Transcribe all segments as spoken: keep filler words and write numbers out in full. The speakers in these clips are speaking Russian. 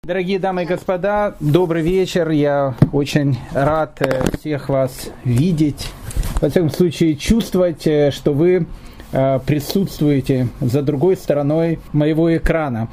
Дорогие дамы и господа, добрый вечер. Я очень рад всех вас видеть, во всяком случае чувствовать, что вы присутствуете за другой стороной моего экрана.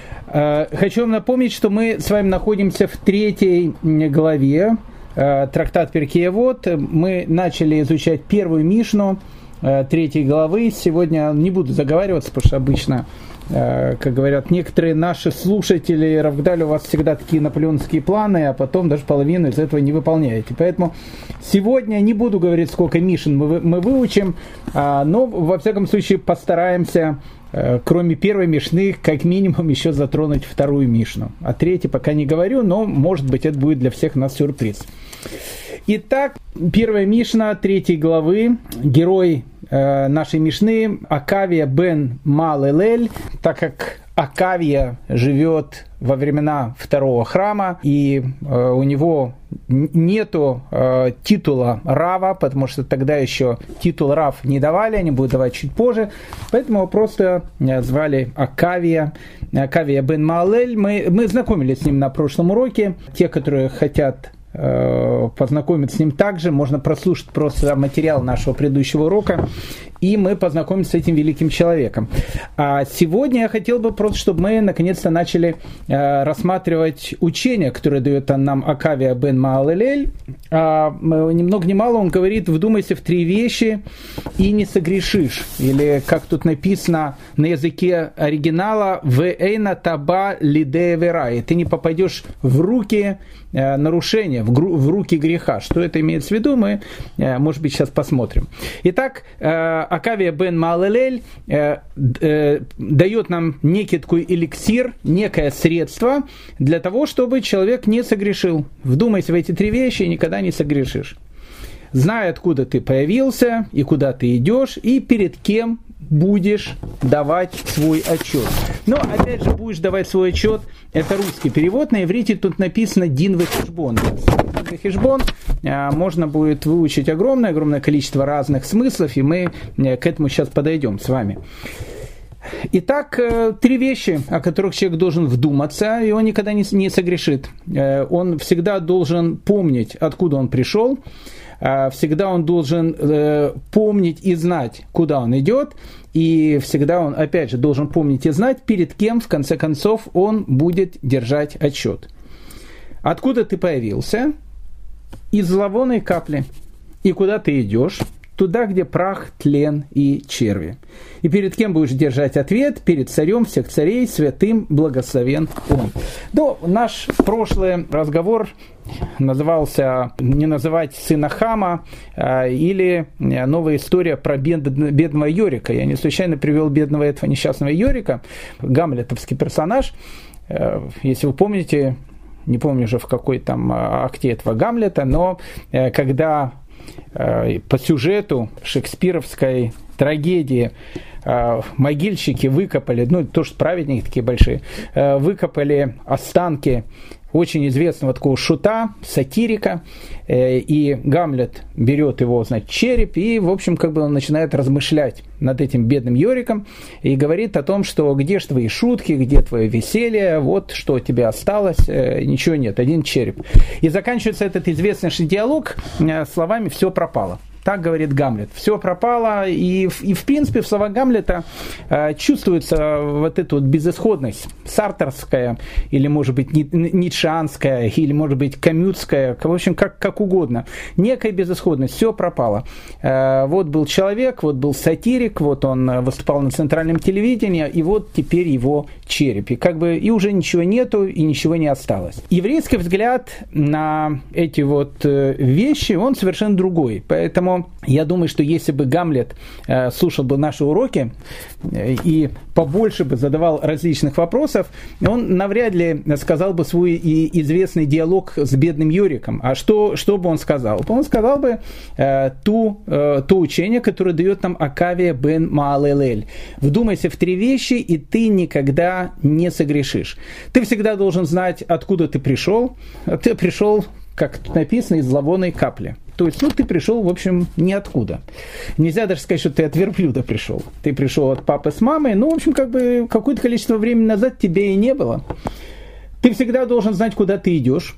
Хочу вам напомнить, что мы с вами находимся в третьей главе трактат Перкей Авот. Мы начали изучать первую Мишну третьей главы. Сегодня не буду заговариваться, потому что обычно, как говорят некоторые наши слушатели, Равгдаль, у вас всегда такие наполеоновские планы, а потом даже половину из этого не выполняете. Поэтому сегодня не буду говорить, сколько Мишен мы, мы выучим, но во всяком случае постараемся, кроме первой Мишны, как минимум еще затронуть вторую Мишну. О третьей пока не говорю, но может быть это будет для всех нас сюрприз. Итак, первая Мишна третьей главы, герой э, нашей Мишны Акавия бен Малелель, так как Акавия живет во времена второго храма, и э, у него нету э, титула Рава, потому что тогда еще титул Рав не давали, они будут давать чуть позже, поэтому его просто звали Акавия, Акавия бен Малелель. Мы, мы знакомились с ним на прошлом уроке. Те, которые хотят познакомиться с ним также, можно прослушать просто материал нашего предыдущего урока, и мы познакомимся с этим великим человеком. А сегодня я хотел бы просто, чтобы мы наконец-то начали э, рассматривать учение, которое дает нам Акавия бен Малелель. А, ни много ни мало он говорит: вдумайся в три вещи и не согрешишь. Или, как тут написано на языке оригинала, «Вэйна таба лидея верай», ты не попадешь в руки э, нарушения, в, гру, в руки греха. Что это имеется в виду, мы, э, может быть, сейчас посмотрим. Итак, э, Акавия бен Малелель э, э, дает нам некий такой эликсир, некое средство для того, чтобы человек не согрешил. Вдумайся в эти три вещи и никогда не согрешишь. Знай, откуда ты появился и куда ты идешь, и перед кем будешь давать свой отчет. Но, опять же, будешь давать свой отчет, это русский перевод, на иврите тут написано «дин вехешбон». «Дин вехешбон» можно будет выучить огромное-огромное количество разных смыслов, и мы к этому сейчас подойдем с вами. Итак, три вещи, о которых человек должен вдуматься, и он никогда не, не согрешит. Он всегда должен помнить, откуда он пришел, всегда он должен э, помнить и знать, куда он идет, и всегда он, опять же, должен помнить и знать, перед кем, в конце концов, он будет держать отчет. Откуда ты появился? Из зловонной капли. И куда ты идешь? Туда, где прах, тлен и черви. И перед кем будешь держать ответ? Перед царем всех царей, святым, благословен он. Но наш прошлый разговор назывался «Не называть сына Хама» э, или новая история про бед, бедного Йорика. Я не случайно привел бедного этого несчастного Йорика, гамлетовский персонаж. Э, если вы помните, не помню уже в какой там акте этого Гамлета, но э, когда по сюжету шекспировской трагедии могильщики выкопали, ну, тоже праведники такие большие, выкопали останки очень известного такого шута, сатирика, и Гамлет берет его, значит, череп, и, в общем, как бы он начинает размышлять над этим бедным Йориком, и говорит о том, что где же твои шутки, где твое веселье, вот что у тебя осталось, ничего нет, один череп. И заканчивается этот известнейший диалог словами «все пропало». Так говорит Гамлет. Все пропало, и, и в принципе в словах Гамлета э, чувствуется вот эта вот безысходность сарторская, или может быть ницшеанская, или может быть камютская, в общем как, как угодно. Некая безысходность, все пропало. Э, вот был человек, вот был сатирик, вот он выступал на центральном телевидении, и вот теперь его череп. И, как бы, и уже ничего нету, и ничего не осталось. Еврейский взгляд на эти вот вещи, он совершенно другой. Поэтому я думаю, что если бы Гамлет э, слушал бы наши уроки э, и побольше бы задавал различных вопросов, он навряд ли сказал бы свой и известный диалог с бедным Йориком. А что, что бы он сказал? Он сказал бы э, ту, э, то учение, которое дает нам Акавия бен Малелель. Вдумайся в три вещи, и ты никогда не согрешишь. Ты всегда должен знать, откуда ты пришел. Ты пришел, как тут написано, из зловонной капли. То есть, ну, ты пришел, в общем, ниоткуда. Нельзя даже сказать, что ты от верблюда пришел. Ты пришел от папы с мамой, ну, в общем, как бы какое-то количество времени назад тебя и не было. Ты всегда должен знать, куда ты идешь.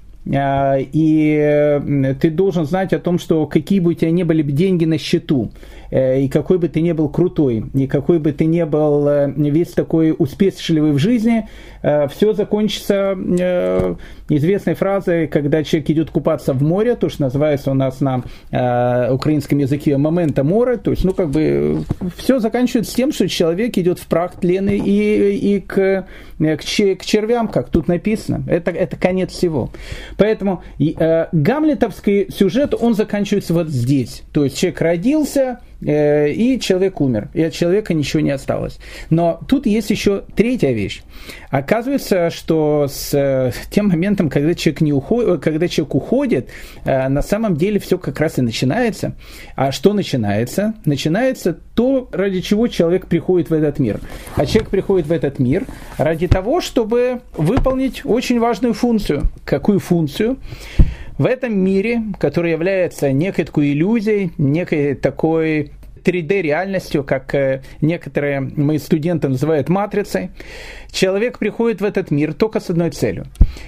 И ты должен знать о том, что какие бы у тебя ни были деньги на счету, и какой бы ты ни был крутой, и какой бы ты ни был весь такой успешливый в жизни, все закончится известной фразой, когда человек идет купаться в море, то, что называется у нас на украинском языке «момента море», то есть, ну, как бы, все заканчивается тем, что человек идет в прах тленный и, и к, к, к червям, как тут написано. Это, это конец всего. Поэтому э, гамлетовский сюжет, он заканчивается вот здесь. То есть человек родился, э, и человек умер. И от человека ничего не осталось. Но тут есть еще третья вещь. Оказывается, что с э, тем моментом, когда человек, не уходит, когда человек уходит, э, на самом деле все как раз и начинается. А что начинается? Начинается то, ради чего человек приходит в этот мир. А человек приходит в этот мир ради того, чтобы выполнить очень важную функцию. Какую функцию? В этом мире, который является некой такой иллюзией, некой такой три дэ-реальностью, как некоторые мои студенты называют матрицей, человек приходит в этот мир только с одной целью.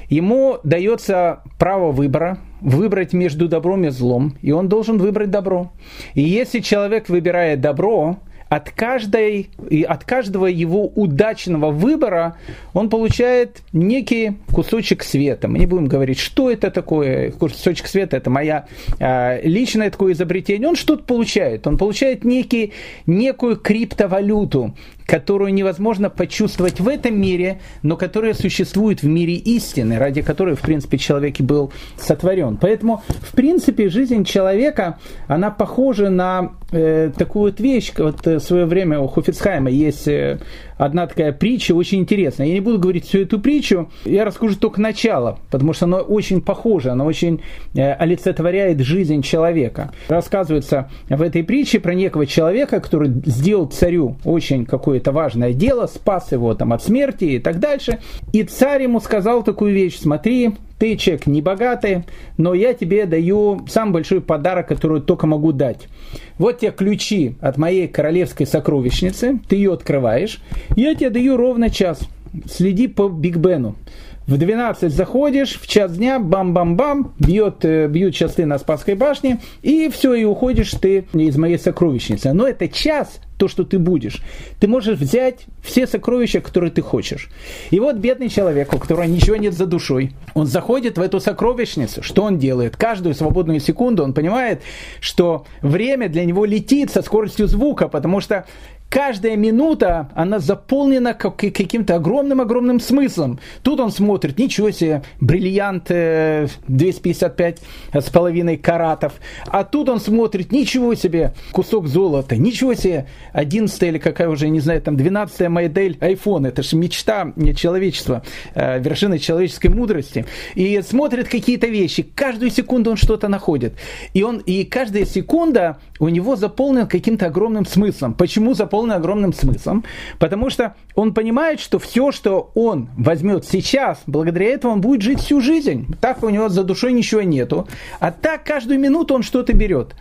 Ему дается право выбора, выбрать между добром и злом, и он должен выбрать добро. И если человек выбирает добро, От, каждой, от каждого его удачного выбора он получает некий кусочек света. Мы не будем говорить, что это такое. Кусочек света – это моя э, личное такое изобретение. Он что-то получает. Он получает некий, некую криптовалюту, которую невозможно почувствовать в этом мире, но которая существует в мире истины, ради которой, в принципе, человек и был сотворен. Поэтому, в принципе, жизнь человека, она похожа на э, такую вот вещь. Вот в свое время у Хофицхайма есть э, одна такая притча, очень интересная. Я не буду говорить всю эту притчу, я расскажу только начало, потому что она очень похожа, она очень э, олицетворяет жизнь человека. Рассказывается в этой притче про некого человека, который сделал царю очень какое-то это важное дело, спас его там от смерти и так дальше. И царь ему сказал такую вещь: смотри, ты человек небогатый, но я тебе даю самый большой подарок, который только могу дать. Вот тебе ключи от моей королевской сокровищницы, ты ее открываешь, я тебе даю ровно час. Следи по Биг Бену. В двенадцать заходишь, в час дня, бам-бам-бам, бьет, бьют часы на Спасской башне, и все, и уходишь ты из моей сокровищницы. Но это час, то, что ты будешь. Ты можешь взять все сокровища, которые ты хочешь. И вот бедный человек, у которого ничего нет за душой, он заходит в эту сокровищницу. Что он делает? Каждую свободную секунду он понимает, что время для него летит со скоростью звука, потому что каждая минута, она заполнена каким-то огромным-огромным смыслом. Тут он смотрит, ничего себе, бриллиант двести пятьдесят пять с половиной каратов. А тут он смотрит, ничего себе, кусок золота, ничего себе, одиннадцатая или какая уже, не знаю, там двенадцатая модель iPhone. Это же мечта человечества, вершина человеческой мудрости. И смотрит какие-то вещи, каждую секунду он что-то находит. И, он, и каждая секунда у него заполнена каким-то огромным смыслом. Почему заполнена огромным смыслом? Потому что он понимает, что все, что он возьмет сейчас, благодаря этому он будет жить всю жизнь. Так у него за душой ничего нету. А так каждую минуту он что-то берет.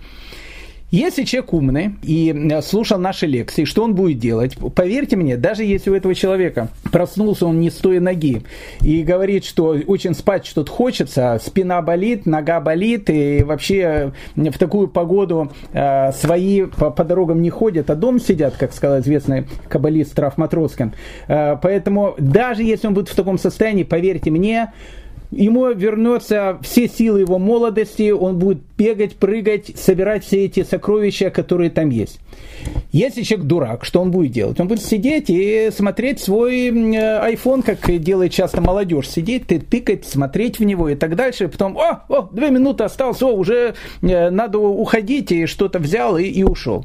Если человек умный и слушал наши лекции, что он будет делать? Поверьте мне, даже если у этого человека проснулся он не с той ноги и говорит, что очень спать что-то хочется, спина болит, нога болит, и вообще в такую погоду э, свои по, по дорогам не ходят, а дома сидят, как сказал известный каббалист Раф Матроскин. Э, поэтому даже если он будет в таком состоянии, поверьте мне, ему вернутся все силы его молодости, он будет бегать, прыгать, собирать все эти сокровища, которые там есть. Если человек дурак, что он будет делать? Он будет сидеть и смотреть свой iPhone, как делает часто молодежь. Сидеть, тыкать, смотреть в него и так дальше. И потом, о, о, две минуты осталось, о, уже надо уходить, и что-то взял и, и ушел.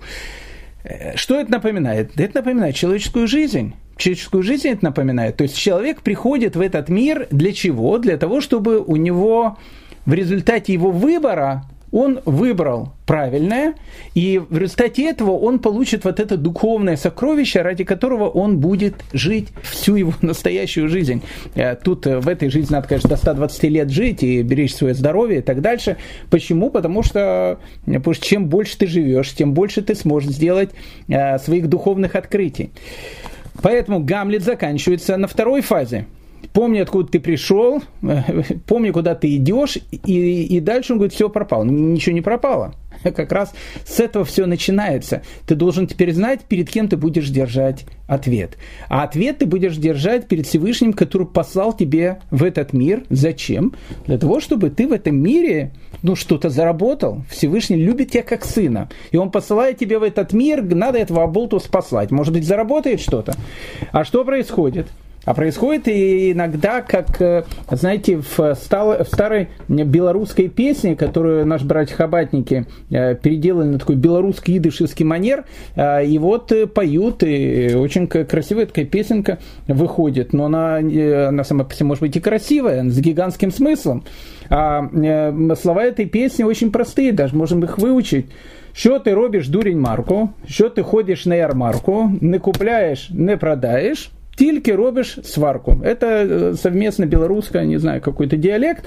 Что это напоминает? Это напоминает человеческую жизнь. Человеческую жизнь это напоминает. То есть человек приходит в этот мир для чего? Для того, чтобы у него в результате его выбора он выбрал правильное, и в результате этого он получит вот это духовное сокровище, ради которого он будет жить всю его настоящую жизнь. Тут в этой жизни надо, конечно, до ста двадцати лет жить и беречь свое здоровье и так дальше. Почему? Потому что, потому что чем больше ты живешь, тем больше ты сможешь сделать своих духовных открытий. Поэтому Гамлет заканчивается на второй фазе. помни, откуда ты пришел, помни, куда ты идешь, и, и дальше он говорит, все пропало. Ничего не пропало. Как раз с этого все начинается. Ты должен теперь знать, перед кем ты будешь держать ответ. А ответ ты будешь держать перед Всевышним, который послал тебе в этот мир. Зачем? Для того, чтобы ты в этом мире ну, что-то заработал. Всевышний любит тебя как сына. И он посылает тебя в этот мир, надо этого оболтуса послать. Может быть, заработает что-то. А что происходит? А происходит иногда, как, знаете, в старой белорусской песне, которую наши братья-хабатники переделали на такой белорусский идышевский манер, и вот поют, и очень красивая такая песенка выходит, но она, она сама по себе может быть и красивая, с гигантским смыслом. А слова этой песни очень простые, даже можем их выучить. Що ти робиш, дурень Марку, що ти ходиш на ярмарку, не купляєш, не продаєш, тільки робишь сварку. Это совместно белорусское, не знаю, какой-то диалект.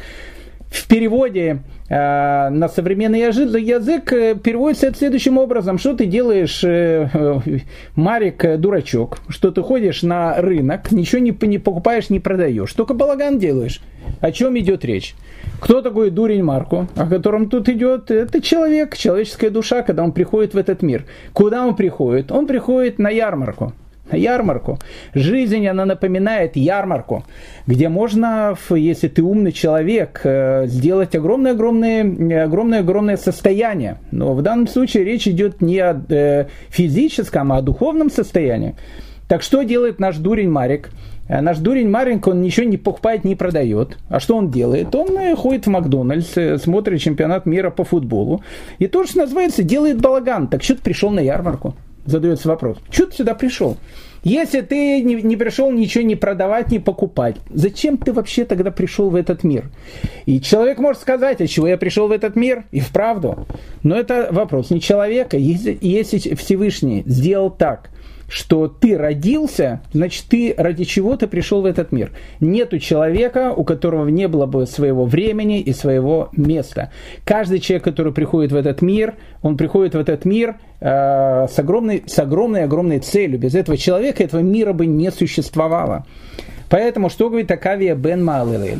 В переводе э, на современный язык переводится это следующим образом. Что ты делаешь, э, э, Марик, дурачок, что ты ходишь на рынок, ничего не, не покупаешь, не продаешь, только балаган делаешь. О чем идет речь? Кто такой дурень Марку, о котором тут идет? Это человек, человеческая душа, когда он приходит в этот мир. Куда он приходит? Он приходит на ярмарку. На ярмарку. Жизнь, она напоминает ярмарку, где можно, если ты умный человек, сделать огромное-огромное, огромное-огромное состояние. Но в данном случае речь идет не о физическом, а о духовном состоянии. Так что делает наш дурень Марик? Наш дурень Марик, он ничего не покупает, не продает. А что он делает? Он ходит в Макдональдс, смотрит чемпионат мира по футболу. И то, что называется, делает балаган. Так что ты пришел на ярмарку? Задается вопрос. Что ты сюда пришел? Если ты не, не пришел ничего не продавать, не покупать, зачем ты вообще тогда пришел в этот мир? И человек может сказать, от чего я пришел в этот мир? И вправду. Но это вопрос не человека. Если, если Всевышний сделал так, что ты родился, значит, ты ради чего ты пришел в этот мир. Нету человека, у которого не было бы своего времени и своего места. Каждый человек, который приходит в этот мир, он приходит в этот мир э, с огромной, с огромной, огромной целью. Без этого человека этого мира бы не существовало. Поэтому, что говорит Акавия бен Маалелель?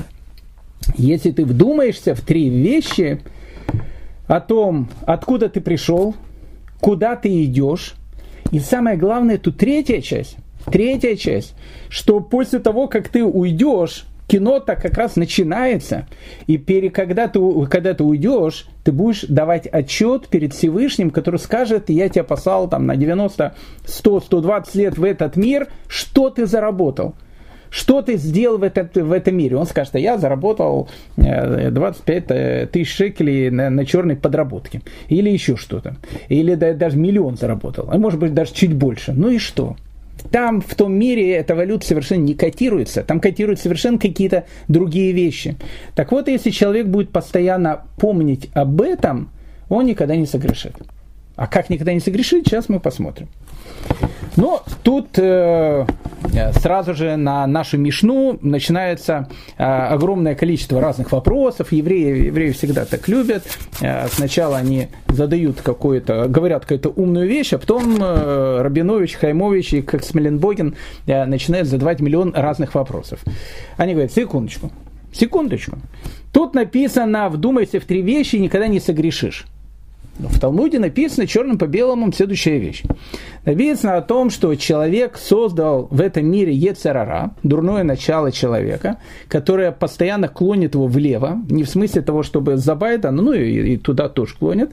Если ты вдумаешься в три вещи о том, откуда ты пришел, куда ты идешь, и самое главное, тут третья часть, третья часть, что после того, как ты уйдешь, кино-то как раз начинается, и перед, когда, ты, когда ты уйдешь, ты будешь давать отчет перед Всевышним, который скажет, я тебя послал там, на девяносто, сто, сто двадцать лет в этот мир, что ты заработал. Что ты сделал в, этот, в этом мире? Он скажет, а я заработал двадцать пять тысяч шекелей на, на черной подработке. Или еще что-то. Или да, даже миллион заработал. А может быть даже чуть больше. Ну и что? Там, в том мире, эта валюта совершенно не котируется. Там котируются совершенно какие-то другие вещи. Так вот, если человек будет постоянно помнить об этом, он никогда не согрешит. А как никогда не согрешит, сейчас мы посмотрим. Но тут э, сразу же на нашу мишну начинается э, огромное количество разных вопросов. Евреи, евреи всегда так любят. Э, сначала они задают какое-то, говорят какую-то умную вещь, а потом э, Рабинович, Хаймович и как Смоленбоген э, начинают задавать миллион разных вопросов. Они говорят, секундочку, секундочку. Тут написано, вдумайся в три вещи, никогда не согрешишь. В Талмуде написано черным по белому следующая вещь. Написано о том, что человек создал в этом мире йецер ара, дурное начало человека, которое постоянно клонит его влево, не в смысле того, чтобы за байда, ну и, и туда тоже клонит.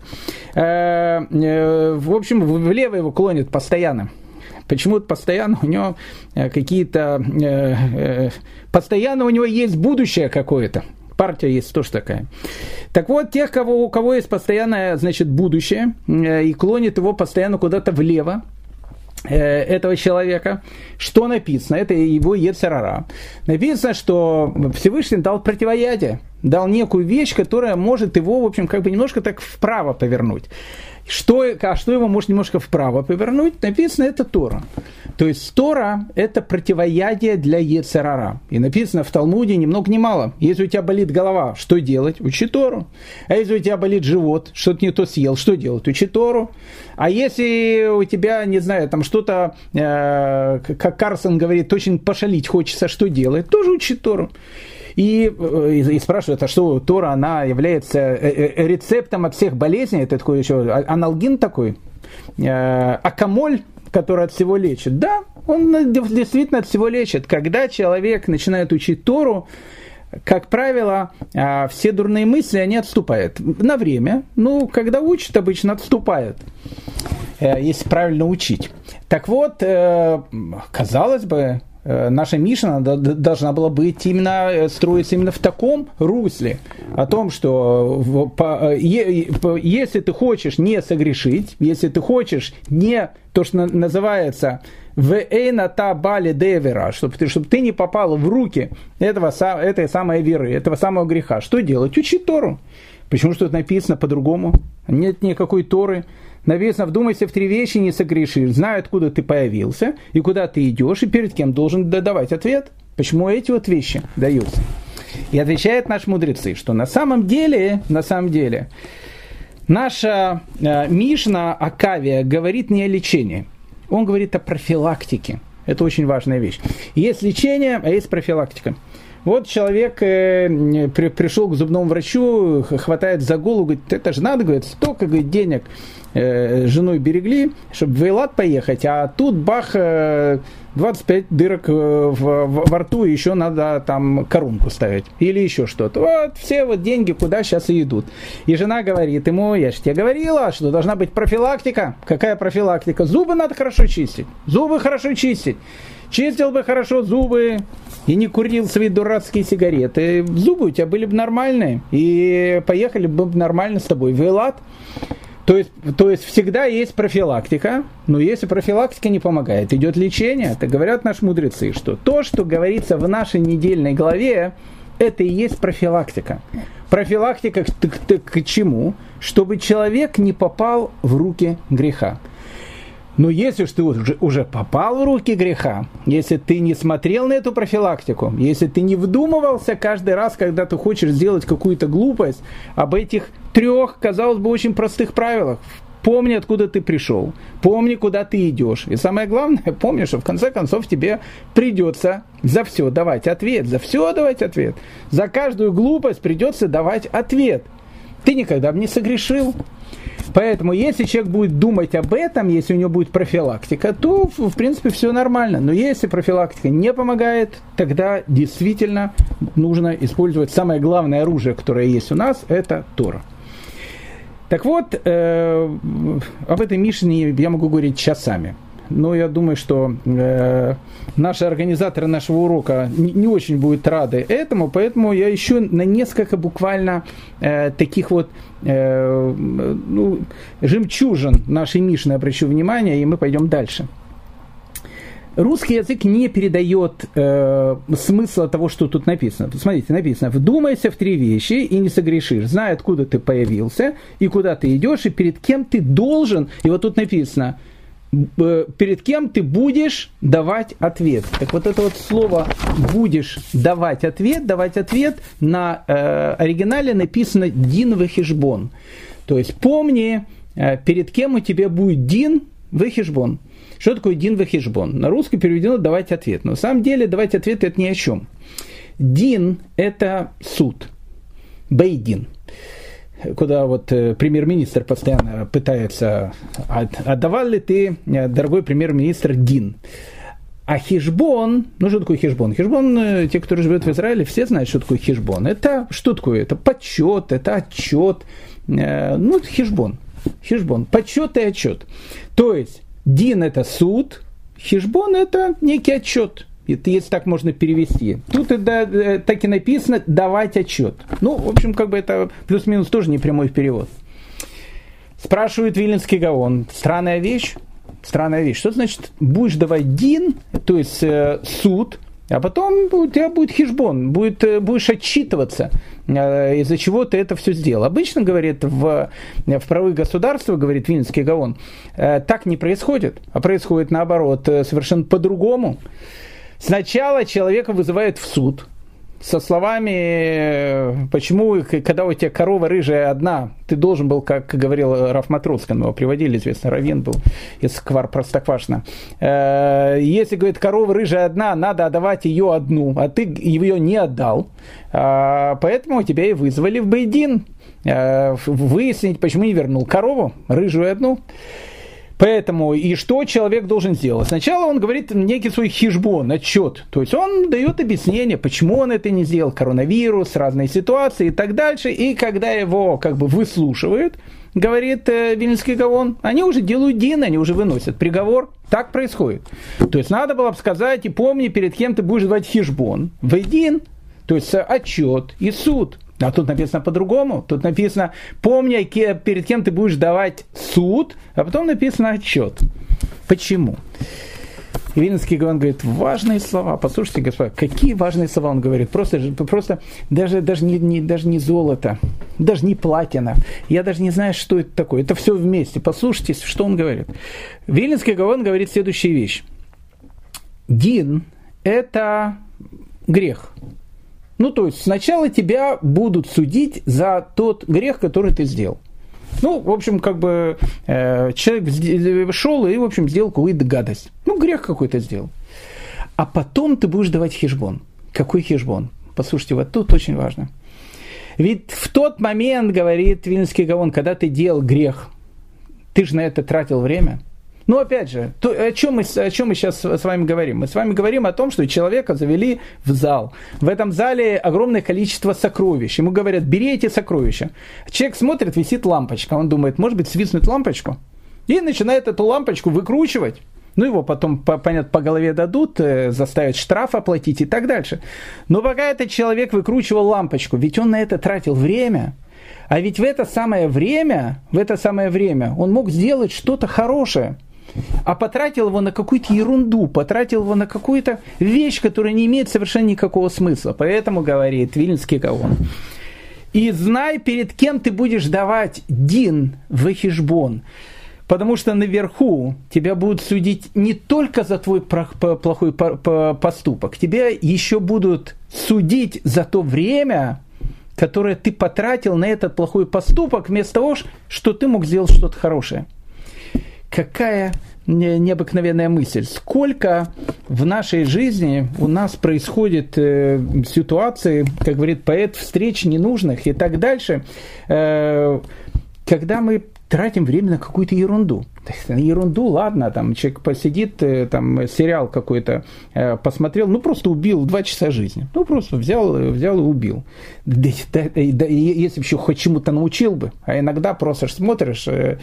Э, э, в общем, влево его клонит постоянно. Почему-то постоянно у него какие-то... Э, э, постоянно у него есть будущее какое-то. Партия есть тоже такая. Так вот, тех, кого, у кого есть постоянное, значит, будущее, э, и клонит его постоянно куда-то влево, э, этого человека, что написано? Это его йецер ара. Написано, что Всевышний дал противоядие. дал некую вещь, которая может его, в общем, как бы немножко так вправо повернуть. Что, а что его может немножко вправо повернуть? Написано, это Тора. То есть Тора – это противоядие для йецер гара. И написано в Талмуде ни много ни мало. Если у тебя болит голова, что делать? Учи Тору. А если у тебя болит живот, что-то не то съел, что делать? Учи Тору. А если у тебя, не знаю, там что-то, э, как Карсон говорит, очень пошалить хочется, что делать? Тоже учи Тору. И, и, и спрашивают, а что Тора, она является рецептом от всех болезней, это такой еще аналгин такой, э, акамоль, который от всего лечит. Да, он действительно от всего лечит. Когда человек начинает учить Тору, как правило, э, все дурные мысли, они отступают на время. Ну, когда учат, обычно отступают, э, если правильно учить. Так вот, э, казалось бы, наша Мишна должна была быть именно, строиться именно в таком русле, о том, что если ты хочешь не согрешить, если ты хочешь не то, что называется «вэйна та бали девера», чтобы ты, чтобы ты не попал в руки этого, этой самой веры, этого самого греха, что делать? Учи Тору. Почему что-то написано по-другому? Нет никакой Торы. Написано, вдумайся в три вещи, не согрешишь. Знай, откуда ты появился, и куда ты идешь, и перед кем должен давать ответ. Почему эти вот вещи даются? И отвечают наши мудрецы, что на самом деле, на самом деле, наша э, Мишна Акавия говорит не о лечении. Он говорит о профилактике. Это очень важная вещь. Есть лечение, а есть профилактика. Вот человек э, при, пришел к зубному врачу, хватает за голову, говорит, это же надо, говорит, столько говорит, денег э, женой берегли, чтобы в Эйлат поехать, а тут бах, э, двадцать пять дырок в, в, во рту, и еще надо там коронку ставить, или еще что-то. Вот все вот деньги куда сейчас и идут. И жена говорит ему, я же тебе говорила, что должна быть профилактика. Какая профилактика? Зубы надо хорошо чистить, зубы хорошо чистить. Чистил бы хорошо зубы и не курил свои дурацкие сигареты, зубы у тебя были бы нормальные, и поехали бы нормально с тобой в Эйлат. То есть, то есть всегда есть профилактика, но если профилактика не помогает, идет лечение. Так говорят наши мудрецы, что то, что говорится в нашей недельной главе, это и есть профилактика. Профилактика к, к, к чему? Чтобы человек не попал в руки греха. Но если же ты уже, уже попал в руки греха, если ты не смотрел на эту профилактику, если ты не вдумывался каждый раз, когда ты хочешь сделать какую-то глупость, об этих трех, казалось бы, очень простых правилах. Помни, откуда ты пришел, помни, куда ты идешь. И самое главное, помни, что в конце концов тебе придется за все давать ответ, за все давать ответ. За каждую глупость придется давать ответ. Ты никогда бы не согрешил. Поэтому, если человек будет думать об этом, если у него будет профилактика, то, в принципе, все нормально. Но если профилактика не помогает, тогда действительно нужно использовать самое главное оружие, которое есть у нас, это Тора. Так вот, э, об этой Мишне я могу говорить часами. Но я думаю, что э, наши организаторы нашего урока не, не очень будут рады этому, поэтому я еще на несколько буквально э, таких вот э, ну, жемчужин нашей Мишны обращу внимание, и мы пойдем дальше. Русский язык не передает э, смысла того, что тут написано. Смотрите, написано: «Вдумайся в три вещи и не согрешишь, знай, откуда ты появился, и куда ты идешь, и перед кем ты должен». И вот тут написано: перед кем ты будешь давать ответ. Так вот это вот слово «будешь давать ответ», давать ответ на э, оригинале написано «дин вехешбон». То есть помни, э, перед кем у тебя будет дин вехешбон. Что такое дин вехешбон? На русский переведено «давать ответ». Но на самом деле давать ответ это ни о чем. Дин это суд. Бейдин. Куда вот э, премьер-министр постоянно пытается, отдавал ли ты, дорогой премьер-министр, дин. А хешбон, ну что такое хешбон? Хешбон, э, те, кто живет в Израиле, все знают, что такое хешбон. Это что такое? Это подсчет, это отчет. Э, ну, хешбон. Хешбон. Подсчет и отчет. То есть, дин это суд, хешбон это некий отчет. Это, если так можно перевести. Тут да, так и написано «давать отчет». Ну, в общем, как бы это плюс-минус тоже не прямой перевод. Спрашивает Виленский Гаон. Странная вещь. Странная вещь. Что значит будешь давать дин, то есть э, суд, А потом у тебя будет хешбон, будет, будешь отчитываться, из-за чего ты это все сделал. Обычно, говорит, в, в правых государствах, говорит Вильнюсский Гаон, так не происходит, а происходит наоборот, совершенно по-другому. Сначала человека вызывают в суд со словами, почему, когда у тебя корова рыжая одна, ты должен был, как говорил Раф Матроцкий, его приводили, известный раввин был из Квар Простоквашино, если, говорит, корова рыжая одна, надо отдавать ее одну, а ты ее не отдал, поэтому тебя и вызвали в бейдин, выяснить, почему не вернул корову рыжую одну. Поэтому, и что человек должен сделать? Сначала он говорит некий свой хешбон, отчет. То есть он дает объяснение, почему он это не сделал, коронавирус, разные ситуации и так дальше. И когда его как бы выслушивают, говорит э, Вильнюсский Гаон, они уже делают дин, они уже выносят приговор. Так происходит. То есть надо было бы сказать, и помни, перед кем ты будешь давать хешбон. Вейдин, то есть отчет и суд. А тут написано по-другому. Тут написано, помни, перед кем ты будешь давать суд, а потом написано отчет. Почему? И Вильнюсский Гаон говорит, важные слова. Послушайте, господа, какие важные слова он говорит. Просто, просто даже, даже, не, не, даже не золото, даже не платина. Я даже не знаю, что это такое. Это все вместе. Послушайте, что он говорит. Вильнюсский Гаон говорит следующую вещь. Дин – это грех. Ну, то есть, сначала тебя будут судить за тот грех, который ты сделал. Ну, в общем, как бы, э, человек шел и, в общем, сделал какую-то гадость. Ну, грех какой-то сделал. А потом ты будешь давать хешбон. Какой хешбон? Послушайте, вот тут очень важно. Ведь в тот момент, говорит Вильнюсский Гаон, когда ты делал грех, ты же на это тратил время. Ну, опять же, то, о, чем мы, о чем мы сейчас с вами говорим? Мы с вами говорим о том, что человека завели в зал. В этом зале огромное количество сокровищ. Ему говорят, бери эти сокровища. Человек смотрит, висит лампочка. Он думает, может быть, свистнуть лампочку? И начинает эту лампочку выкручивать. Ну, его потом, понятно, по голове дадут, заставят штраф оплатить и так дальше. Но пока этот человек выкручивал лампочку, ведь он на это тратил время. А ведь в это самое время, в это самое время он мог сделать что-то хорошее. А потратил его на какую-то ерунду, потратил его на какую-то вещь, которая не имеет совершенно никакого смысла. Поэтому, говорит Вильнюсский Гаон, и знай, перед кем ты будешь давать дин в хешбон, потому что наверху тебя будут судить не только за твой плохой поступок, тебя еще будут судить за то время, которое ты потратил на этот плохой поступок, вместо того, что ты мог сделать что-то хорошее. Какая необыкновенная мысль. Сколько в нашей жизни у нас происходит э, ситуаций, как говорит поэт, встреч ненужных и так дальше, э, когда мы тратим время на какую-то ерунду. На ерунду, ладно, там человек посидит, там сериал какой-то э, посмотрел, ну просто убил два часа жизни. Ну просто взял, взял и убил. Да, да, да, если бы еще хоть чему-то научил бы, а иногда просто смотришь, э,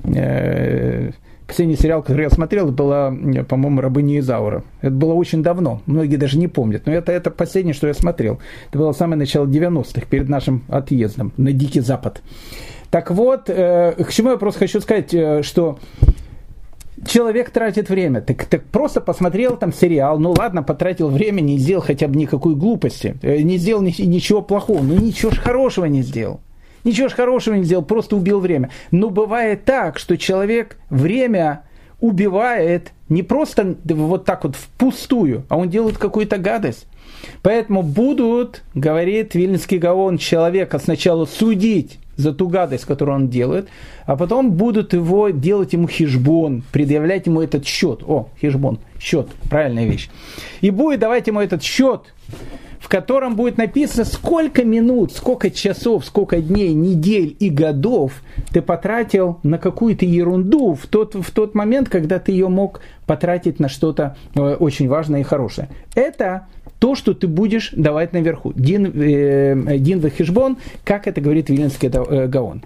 э, последний сериал, который я смотрел, было, по-моему, «Рабыня Изаура». Это было очень давно, многие даже не помнят, но это, это последнее, что я смотрел. Это было самое начало девяностых, перед нашим отъездом на Дикий Запад. Так вот, э, к чему я просто хочу сказать, э, что человек тратит время. Так, так просто посмотрел там сериал, ну ладно, потратил время, не сделал хотя бы никакой глупости, э, не сделал ни, ничего плохого, ну ничего ж хорошего не сделал. Ничего ж хорошего не сделал, просто убил время. Но бывает так, что человек время убивает не просто вот так вот впустую, а он делает какую-то гадость. Поэтому будут, говорит Вильнюсский Гаон, человека сначала судить за ту гадость, которую он делает, а потом будут его делать ему хешбон, предъявлять ему этот счет. О, хешбон, счет, правильная вещь. И будет давать ему этот счет, в котором будет написано, сколько минут, сколько часов, сколько дней, недель и годов ты потратил на какую-то ерунду в тот, в тот момент, когда ты ее мог потратить на что-то очень важное и хорошее. Это то, что ты будешь давать наверху. Дин, э, дин вехешбон, как это говорит Вильнюсский Гаон.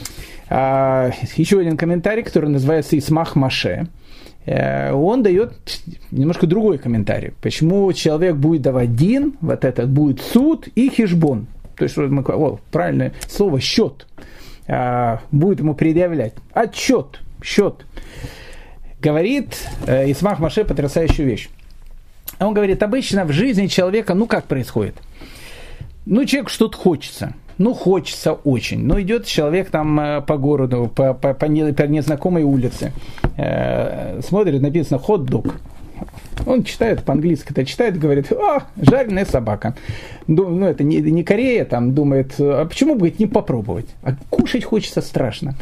А, еще один комментарий, который называется «Исмах Маше». Он дает немножко другой комментарий. Почему человек будет давать дин, вот этот будет суд и хешбон. То есть, о, правильное слово, счет. Будет ему предъявлять. Отчет, счет. Говорит Исмах Маше потрясающую вещь. Он говорит, обычно в жизни человека, ну как происходит? Ну, человеку что-то хочется. Ну, хочется очень. Ну, идет человек там по городу, по, по, по незнакомой улице. Э, смотрит, написано «хот-дог». Он читает по-английски, это читает, говорит, а, жареная собака. Ну, это не, не Корея, там, думает, а почему бы, говорит, не попробовать? А кушать хочется страшно.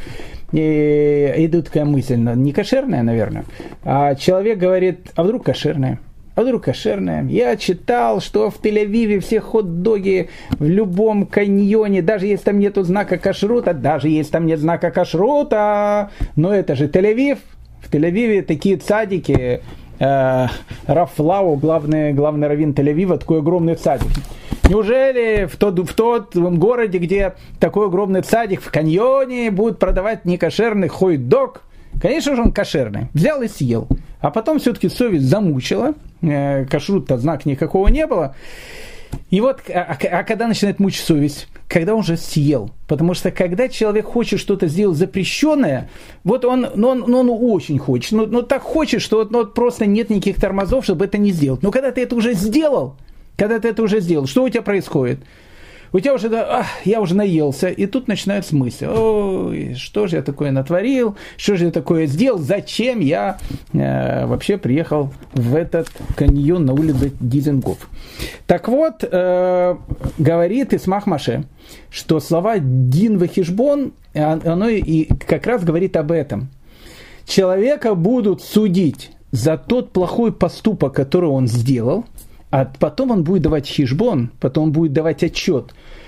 И идет такая мысль, не кошерная, наверное. А человек говорит, а вдруг кошерная? А вдруг кошерная? Я читал, что в Тель-Авиве все хот-доги в любом каньоне, даже если там нету знака кашрута, даже если там нет знака кашрута, но это же Тель-Авив. В Тель-Авиве такие цадики, э, Раф Лау, главный, главный раввин Тель-Авива, такой огромный цадик. Неужели в тот, в тот городе, где такой огромный цадик, в каньоне будут продавать некошерный хот-дог? Конечно же он кошерный. Взял и съел. А потом все-таки совесть замучила. Э, кашрут-то знак никакого не было. И вот, а, а когда начинает мучить совесть? Когда он уже съел. Потому что когда человек хочет что-то сделать запрещенное, вот он, ну, он, ну, он очень хочет. Ну, ну так хочет, что вот, ну, вот просто нет никаких тормозов, чтобы это не сделать. Но когда ты это уже сделал, когда ты это уже сделал, что у тебя происходит? У тебя уже, ах, я уже наелся, и тут начинаются мысли. Ой, что же я такое натворил, что же я такое сделал, зачем я э, вообще приехал в этот каньон на улице Дизенгоф. Так вот, э, говорит Исмах Маше, что слова «дин вехишбон», оно и как раз говорит об этом. Человека будут судить за тот плохой поступок, который он сделал, а потом он будет давать хишбон, потом он будет давать отчет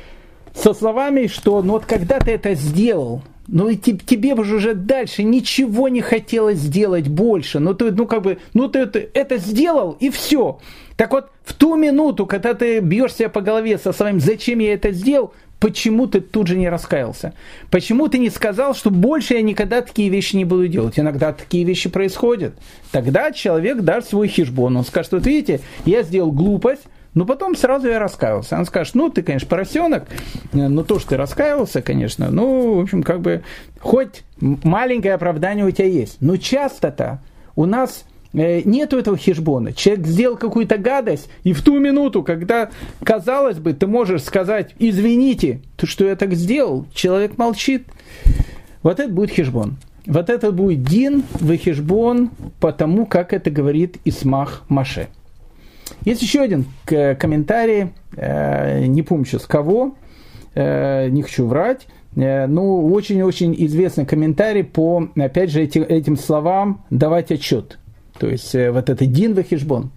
со словами, что ну вот когда ты это сделал, ну и тебе уже дальше ничего не хотелось сделать больше, ну ты, ну как бы, ну ты это, это сделал и все. Так вот, в ту минуту, когда ты бьешь себя по голове со словами «зачем я это сделал?», почему ты тут же не раскаялся? Почему ты не сказал, что больше я никогда такие вещи не буду делать? Иногда такие вещи происходят. Тогда человек даст свой хишбон. Он скажет, вот видите, я сделал глупость, но потом сразу я раскаялся. Он скажет, ну ты, конечно, поросенок, но то, что ты раскаялся, конечно, ну, в общем, как бы, хоть маленькое оправдание у тебя есть. Но часто-то у нас нету этого хишбона. Человек сделал какую-то гадость, и в ту минуту, когда, казалось бы, ты можешь сказать, извините, то, что я так сделал, человек молчит. Вот это будет хишбон. Вот это будет дин вехишбон, потому как это говорит Исмах Маше. Есть еще один комментарий, не помню сейчас кого, не хочу врать, но очень-очень известный комментарий по, опять же, этим, этим словам «давать отчет». То есть вот это дин вехишбон.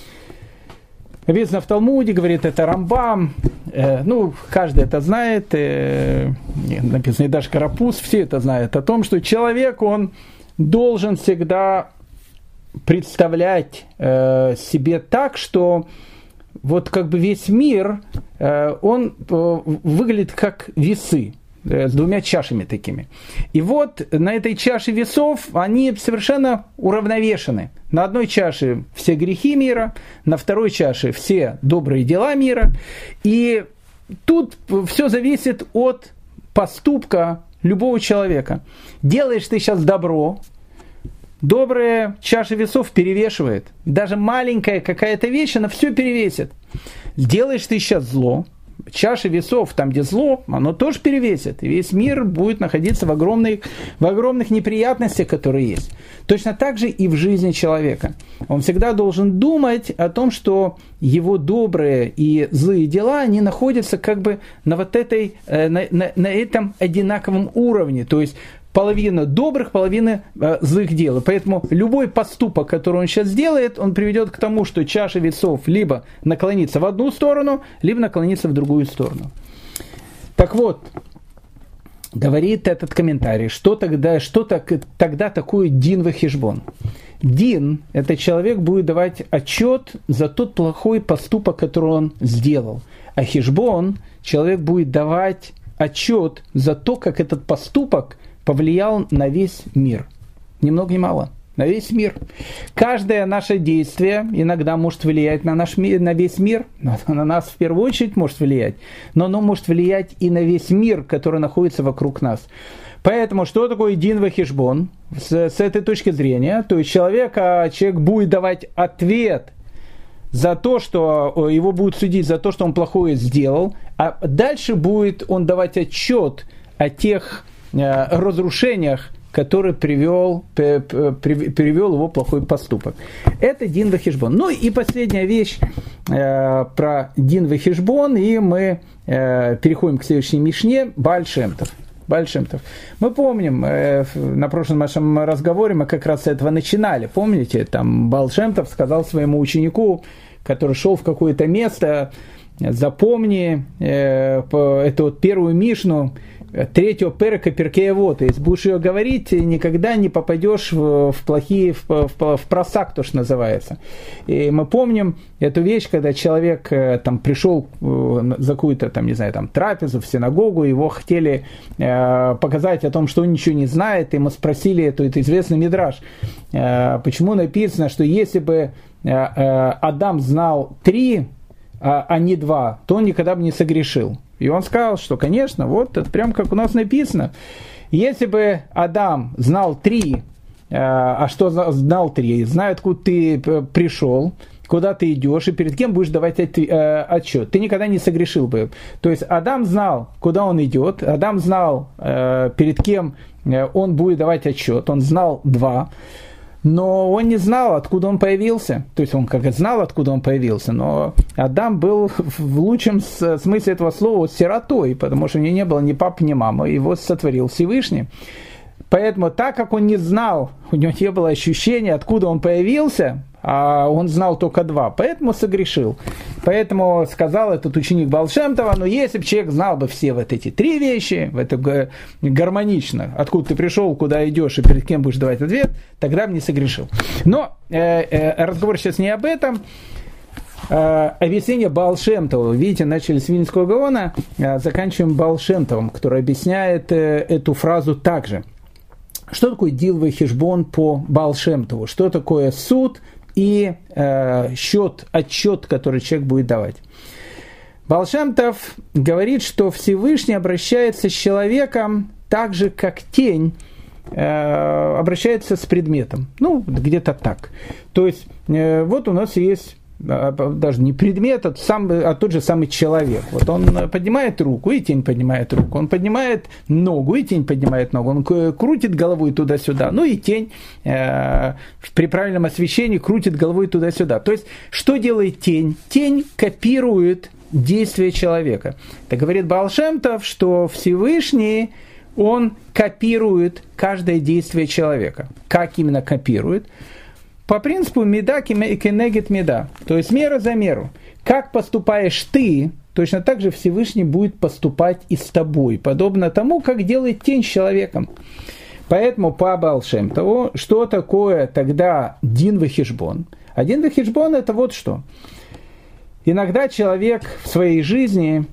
Написано в Талмуде, говорит, это Рамбам, э, ну, каждый это знает, э, написано и даже Карапуз, все это знают, о том, что человек, он должен всегда представлять э, себе так, что вот как бы весь мир, э, он э, выглядит как весы, с двумя чашами такими. И вот на этой чаше весов они совершенно уравновешены. На одной чаше все грехи мира, на второй чаше все добрые дела мира. И тут все зависит от поступка любого человека. Делаешь ты сейчас добро, добрая чаша весов перевешивает. Даже маленькая какая-то вещь, она все перевесит. Делаешь ты сейчас зло, чаша весов, там, где зло, оно тоже перевесит. И весь мир будет находиться в огромных, в огромных неприятностях, которые есть. Точно так же и в жизни человека. Он всегда должен думать о том, что его добрые и злые дела, они находятся как бы на, вот этой, на, на, на этом одинаковом уровне. То есть половина добрых, половина э, злых дел. И поэтому любой поступок, который он сейчас делает, он приведет к тому, что чаша весов либо наклонится в одну сторону, либо наклонится в другую сторону. Так вот, говорит этот комментарий, что тогда, что так, тогда такое дин вехишбон? Дин – это человек будет давать отчет за тот плохой поступок, который он сделал. А хишбон – человек будет давать отчет за то, как этот поступок повлиял на весь мир. Ни много ни мало. На весь мир. Каждое наше действие иногда может влиять на, наш мир, на весь мир. На нас в первую очередь может влиять. Но оно может влиять и на весь мир, который находится вокруг нас. Поэтому, что такое дин вехишбон? С, с этой точки зрения, то есть человек, человек будет давать ответ за то, что его будут судить за то, что он плохое сделал, а дальше будет он давать отчет о тех э, разрушениях, который привел, привел его плохой поступок. Это Дин вехешбон. Ну и последняя вещь э, про Дин вехешбон, и мы э, переходим к следующей мишне, Бааль Шем Тов. Бааль Шем Тов. Мы помним, э, на прошлом нашем разговоре мы как раз с этого начинали. Помните, там Бааль Шем Тов сказал своему ученику, который шел в какое-то место, запомни э, эту вот первую мишну, третьего перека Перкея Авот. Если будешь ее говорить, никогда не попадешь в, в плохие, в, в, в просак, то, что называется. И мы помним эту вещь, когда человек там пришел за какую-то, там, не знаю, там, трапезу в синагогу, его хотели э, показать о том, что он ничего не знает, и ему спросили, это, это известный мидраш, э, почему написано, что если бы э, э, Адам знал три, а, а не два, то он никогда бы не согрешил. И он сказал, что, конечно, вот это прям как у нас написано. Если бы Адам знал три, а что знал три? Знает, откуда ты пришел, куда ты идешь и перед кем будешь давать отчет. Ты никогда не согрешил бы. То есть Адам знал, куда он идет, Адам знал, перед кем он будет давать отчет, он знал два. Но он не знал, откуда он появился. То есть он как знал, откуда он появился, но Адам был в лучшем смысле этого слова сиротой, потому что у него не было ни папы, ни мамы, его сотворил Всевышний. Поэтому так как он не знал, у него не было ощущения, откуда он появился, а он знал только два, поэтому согрешил. Поэтому сказал этот ученик Бааль Шем Това, ну если бы человек знал бы все вот эти три вещи, это гармонично, откуда ты пришел, куда идешь и перед кем будешь давать ответ, тогда бы не согрешил. Но э, э, разговор сейчас не об этом. Э, объяснение Бааль Шем Това. Видите, начали с Вильнюсского Гаона, э, заканчиваем Бааль Шем Товом, который объясняет э, эту фразу также. Что такое дил вехешбон по Бааль Шем Тову? Что такое суд и э, счет, отчет, который человек будет давать? Бааль Шем Тов говорит, что Всевышний обращается с человеком так же, как тень э, обращается с предметом. Ну, где-то так. То есть, э, вот у нас есть даже не предмет, а, сам, а тот же самый человек. Вот он поднимает руку, и тень поднимает руку. Он поднимает ногу, и тень поднимает ногу. Он крутит головой туда-сюда. Ну и тень э, при правильном освещении крутит головой туда-сюда. То есть, что делает тень? Тень копирует действия человека. Так говорит Бааль Шем Тов, что Всевышний, он копирует каждое действие человека. Как именно копирует? По принципу меда кенегет меда, то есть мера за меру. Как поступаешь ты, точно так же Всевышний будет поступать и с тобой, подобно тому, как делает тень с человеком. Поэтому по Бааль Шем Тову, что такое тогда дин вехешбон? А дин вехешбон это вот что. Иногда человек в своей жизни,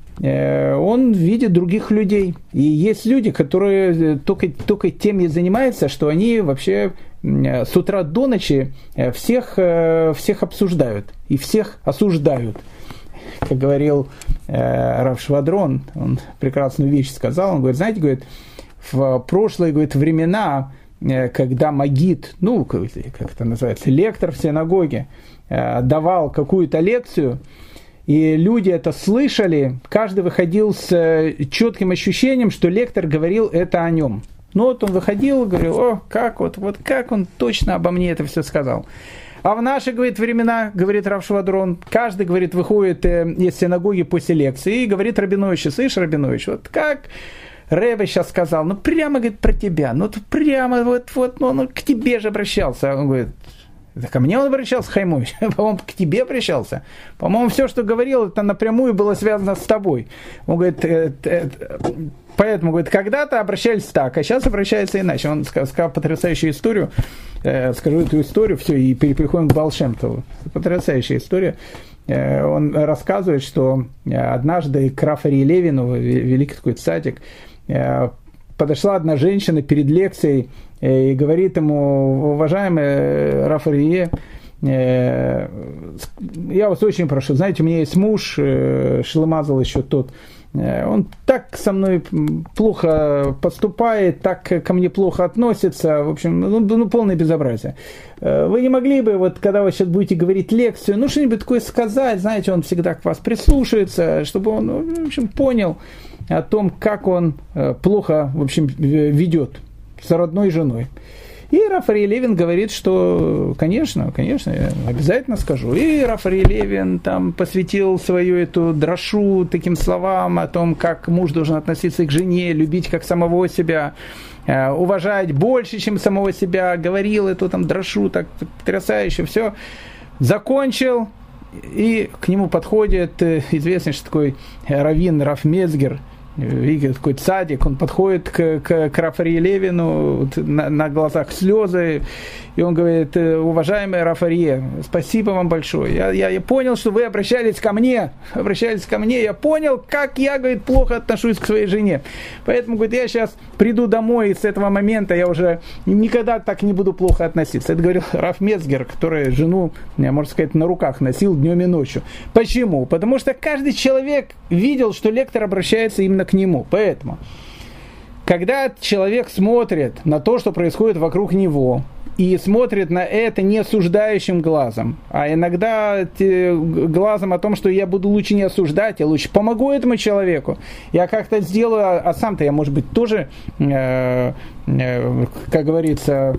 он видит других людей. И есть люди, которые только, только тем и занимаются, что они вообще с утра до ночи всех, всех обсуждают и всех осуждают. Как говорил Рав Швадрон, он прекрасную вещь сказал, он говорит, знаете, говорит, в прошлые, говорит, времена, когда магид, ну, как это называется, лектор в синагоге, давал какую-то лекцию, и люди это слышали, каждый выходил с четким ощущением, что лектор говорил это о нем. Ну вот он выходил и говорил, о, как вот, вот как он точно обо мне это все сказал. А в наши, говорит, времена, говорит Рав Швадрон, каждый, говорит, выходит из синагоги после лекции и говорит Рабиновичу, слышь, Рабинович, вот как Ребе сейчас сказал, ну прямо, говорит, про тебя, ну прямо вот, вот, ну, ну к тебе же обращался. Он говорит, это ко мне он обращался, Хаймович, по-моему, к тебе обращался. По-моему, все, что говорил, это напрямую было связано с тобой. Он говорит, э, э, поэтому, говорит, когда-то обращались так, а сейчас обращаются иначе. Он сказал потрясающую историю, э, скажу эту историю, все, и переходим к Бааль Шем Тову. Потрясающая история. Э, он рассказывает, что однажды к Рафу Арье Левину, великий такой цадик, э, подошла одна женщина перед лекцией и говорит ему, уважаемый Раф Арье, я вас очень прошу, знаете, у меня есть муж, Шлемазал еще тот, он так со мной плохо поступает, так ко мне плохо относится, в общем, ну, ну полное безобразие. Вы не могли бы, вот когда вы сейчас будете говорить лекцию, ну что-нибудь такое сказать, знаете, он всегда к вас прислушается, чтобы он, в общем, понял о том, как он плохо, в общем, ведет с родной женой. И Рав Арье Левин говорит, что, конечно, конечно, я обязательно скажу. И Рав Арье Левин там посвятил свою эту дрошу таким словам о том, как муж должен относиться к жене, любить как самого себя, уважать больше, чем самого себя. Говорил эту там дрошу так потрясающе, все. Закончил, и к нему подходит известный такой раввин Рав Мецгер, видите, такой цадик, он подходит к, к, к Рав Арье Левину, вот, на, на глазах слезы, и он говорит: уважаемый Рав Арье, спасибо вам большое, я, я, я понял, что вы обращались ко мне, обращались ко мне, я понял, как я, говорит, плохо отношусь к своей жене, поэтому, говорит, я сейчас приду домой, и с этого момента я уже никогда так не буду плохо относиться. Это говорил Рав Мецгер, который жену, можно сказать, на руках носил днем и ночью. Почему? Потому что каждый человек видел, что лектор обращается именно к нему. Поэтому, когда человек смотрит на то, что происходит вокруг него, и смотрит на это не осуждающим глазом, а иногда глазом о том, что я буду лучше не осуждать, я лучше помогу этому человеку, я как-то сделаю, а сам-то я, может быть, тоже, э, э, как говорится,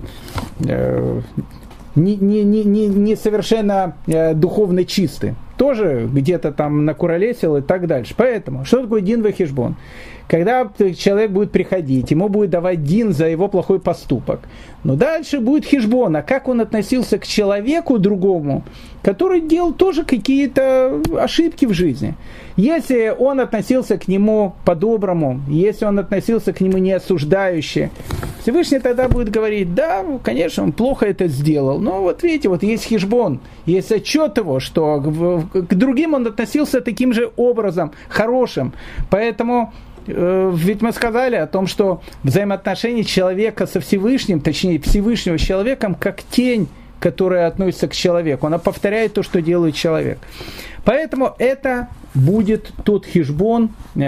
э, не, не, не, не совершенно э, духовно чистый, тоже где-то там накуролесил и так дальше. Поэтому, что такое дин вехешбон? Когда человек будет приходить, ему будет давать дин за его плохой поступок. Но дальше будет хешбон, а как он относился к человеку другому, который делал тоже какие-то ошибки в жизни. Если он относился к нему по-доброму, если он относился к нему не осуждающе, Всевышний тогда будет говорить: да, конечно, он плохо это сделал, но вот видите, вот есть хешбон, есть отчет его, что к другим он относился таким же образом, хорошим. Поэтому ведь мы сказали о том, что взаимоотношения человека со Всевышним, точнее Всевышнего с человеком, как тень, которая относится к человеку. Она повторяет то, что делает человек. Поэтому это будет тот хешбон,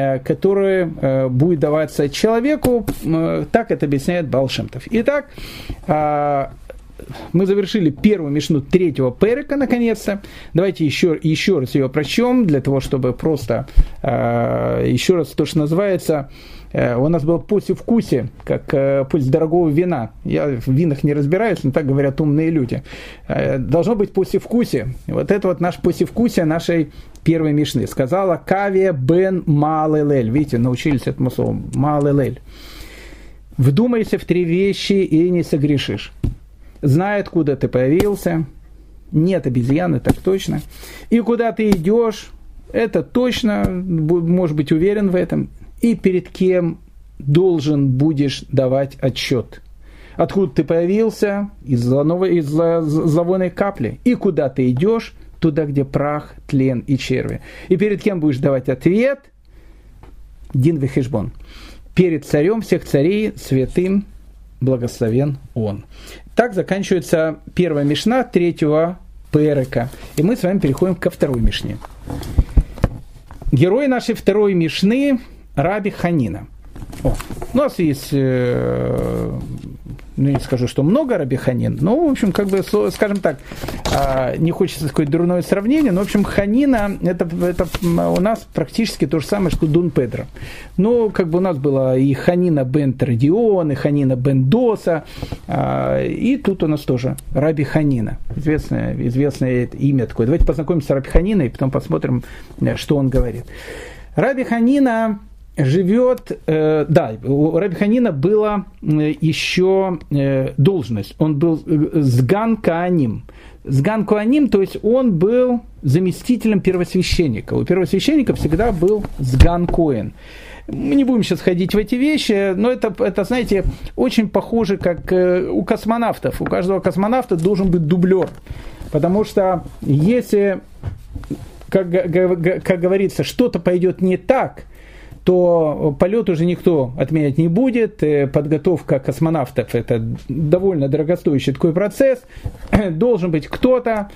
который будет даваться человеку. Так это объясняет Баал Шем Тов. Итак, мы завершили первую мишну третьего перека, наконец-то. Давайте еще, еще раз ее прочтем, для того, чтобы просто э, еще раз то, что называется, э, у нас было послевкусие, как э, после дорогого вина. Я в винах не разбираюсь, но так говорят умные люди. Э, должно быть послевкусие. Вот это вот наше послевкусие нашей первой мишны. Сказала Кавия бен Малелель. Видите, научились этому слову. Малелель. Вдумайся в три вещи и не согрешишь. Знай, откуда ты появился, нет обезьяны, так точно, и куда ты идешь, это точно, можешь быть уверен в этом, и перед кем должен будешь давать отчет. Откуда ты появился, из зловонной капли, и куда ты идешь, туда, где прах, тлен и черви. И перед кем будешь давать ответ? Дин вехешбон. Перед царем всех царей, святым, благословен он. Так заканчивается первая мишна третьего перека. И мы с вами переходим ко второй мишне. Герой нашей второй мишны Раби Ханина. О, у нас есть, э, ну не скажу, что много Раби Ханин, но, в общем, как бы, скажем так, э, не хочется сказать дурное сравнение, но, в общем, Ханина, это, это у нас практически то же самое, что Дон Педро. Ну, как бы у нас было и Ханина бен Традион, и Ханина бен Доса, э, и тут у нас тоже Раби Ханина, известное, известное имя такое. Давайте познакомимся с Раби Ханиной, и потом посмотрим, что он говорит. Раби Ханина живет, э, да, у Раби Ханина была еще э, должность, он был сган коаним. Сган коаним, то есть он был заместителем первосвященника. У первосвященника всегда был сган коэн. Мы не будем сейчас ходить в эти вещи, но это, это, знаете, очень похоже, как у космонавтов. У каждого космонавта должен быть дублер, потому что если, как, как говорится, что-то пойдет не так, то полет уже никто отменять не будет. Подготовка космонавтов – это довольно дорогостоящий такой процесс. Должен быть кто-то,